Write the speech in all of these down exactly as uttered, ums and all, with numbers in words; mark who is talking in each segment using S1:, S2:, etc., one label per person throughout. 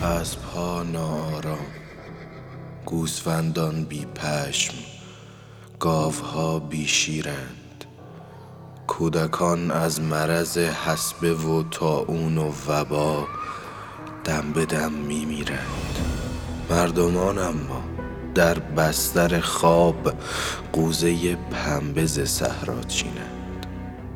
S1: اسب‌ها ناآرام، گوسفندان بی پشم، گاوها بی شیرند، کودکان از مرض حصبه و طاعون و وبا دم به دم می میرند. مردمان اما در بستر خواب قوزه پنبه ز صحرا چینند.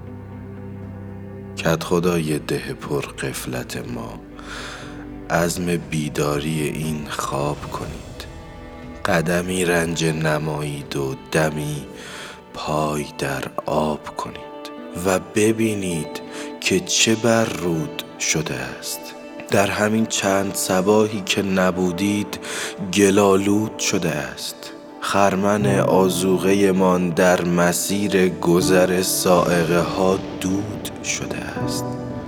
S1: کدخدای ده پر غفلت ما، عزم بیداری این خواب کنید. قدمی رنجه نمایید و دمی پای در آب کنید و ببینید که چه بر رود شده است. در همین چند صباحی که نبودید گلالود شده است. خرمن آذوقه مان در مسیر گذر صاعقه ها دود شده است.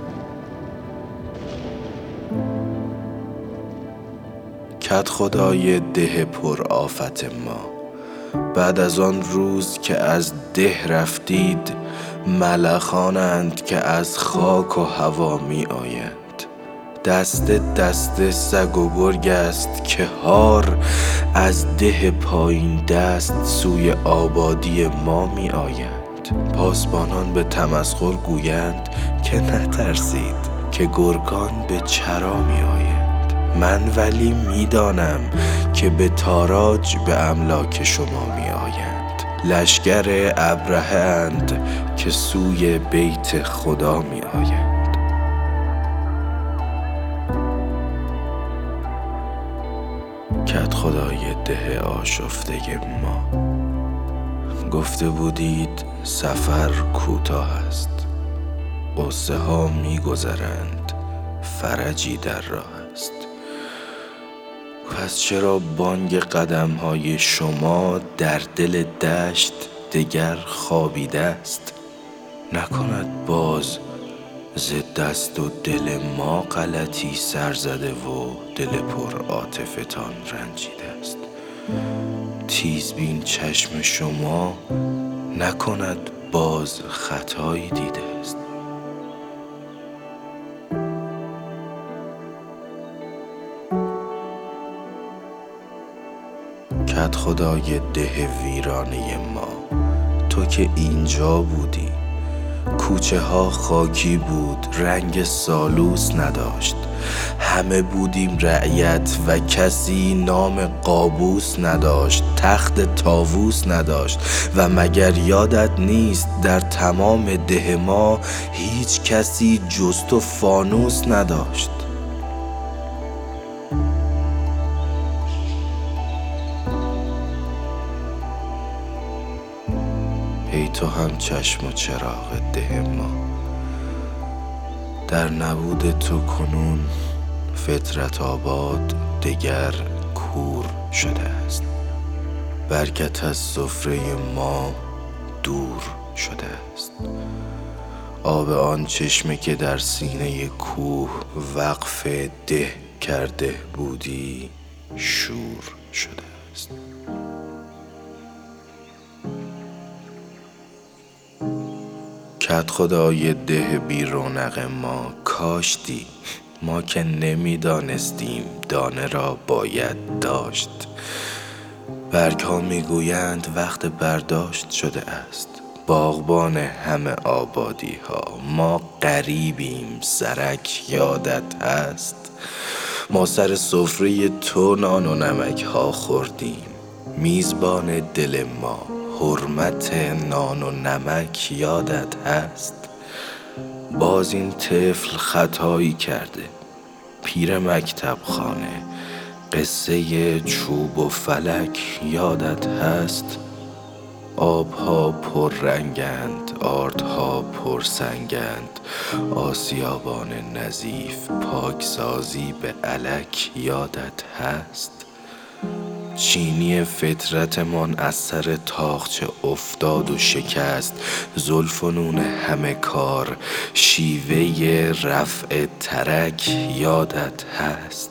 S1: کدخدای ده پر آفت ما، بعد از آن روز که از ده رفتید ملخانند که از خاک و هوا می آیند. دست دست سگ و گرگ است که هار از ده پایین دست سوی آبادی ما می آیند. پاسبانان به تمسخر گویند که نترسید که گرگان به چرا می آیند. من ولی می دانم که به تاراج به املاک شما می آیند. لشگر ابرهه اند که سوی بیت خدا می آیند. کدخدای ده آشفته ما، گفته بودید سفر کوتاه است، غصه ها می گذرند، فرجی در راه است. پس چرا بانگ قدم های شما در دل دشت دگر خوابیده است؟ نکند باز ز دست و دل ما غلطی سر زده و دل پر عاطفتان رنجیده است؟ تیزبین چشم شما نکند باز خطایی دیده است؟ کدخدای ده ویرانه ما، تو که اینجا بودی. کوچه ها خاکی بود، رنگ سالوس نداشت. همه بودیم رعیت و کسی نام قابوس نداشت، تخت طاووس نداشت. و مگر یادت نیست در تمام ده ما هیچ کسی جز تو فانوس نداشت؟ ای تو هم چشم و چراغ ده ما، در نبود تو کنون فطرت آباد دگر کور شده است. برکت از سفره ما دور شده است. آب آن چشمه که در سینه کوه وقف ده کرده بودی شور شده است. کدخدای ده بی رونق ما، کاشتی ما که نمی دانستیم دانه را باید داشت. برگ ها می گویند وقت برداشت شده است. باغبان همه آبادی ها، ما غریبیم، سرک یادت هست؟ ما سر سفره تو نان و نمک ها خوردیم. میزبان دل ما، حرمت نان و نمک یادت هست؟ باز این طفل خطایی کرده. پیر مکتب خانه، قصه چوب و فلک یادت هست؟ آبها پر رنگند، آردها پر سنگند، آسیابان نظیف، پاکسازی به الک یادت هست؟ چینی فطرتمان از سر تاقچه افتاد و شکست. زلف و نون همه کار، شیوه رفع ترک یادت هست؟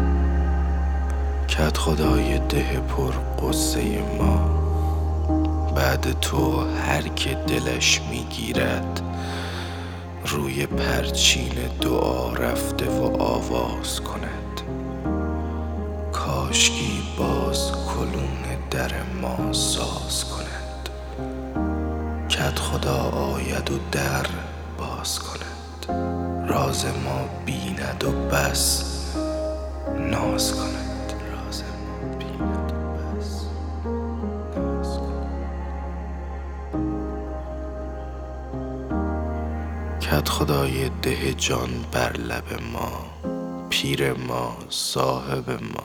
S1: کدخدای ده پر قصه ما، بعد تو هر که دلش میگیرد روی پرچین دعا رفته و آواز کند. کاشکی باز کلون در ما ساز کند. کدخدا آید و در باز کند. راز ما بیند و بس ناز کند. راز ما بیند و بس ناز کند. کدخدای ده جان بر لب ما، پیر ما، صاحب ما.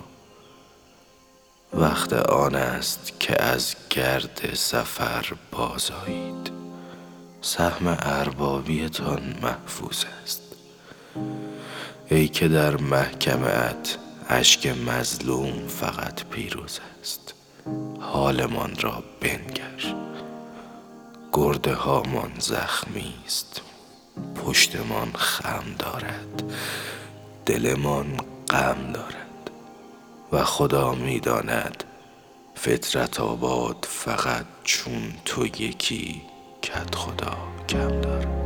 S1: وقت آن است که از گرد سفر باز آیید. سهم اربابیتان محفوظ است. ای که در محکمه ات اشک مظلوم فقط پیروز است. حالمان را بنگر، گرده هامان زخمی است. پشتمان خم دارد، دلمان غم دارد و خدا می داند فطرت آباد فقط چون تو یکی کدخدا کم دارد.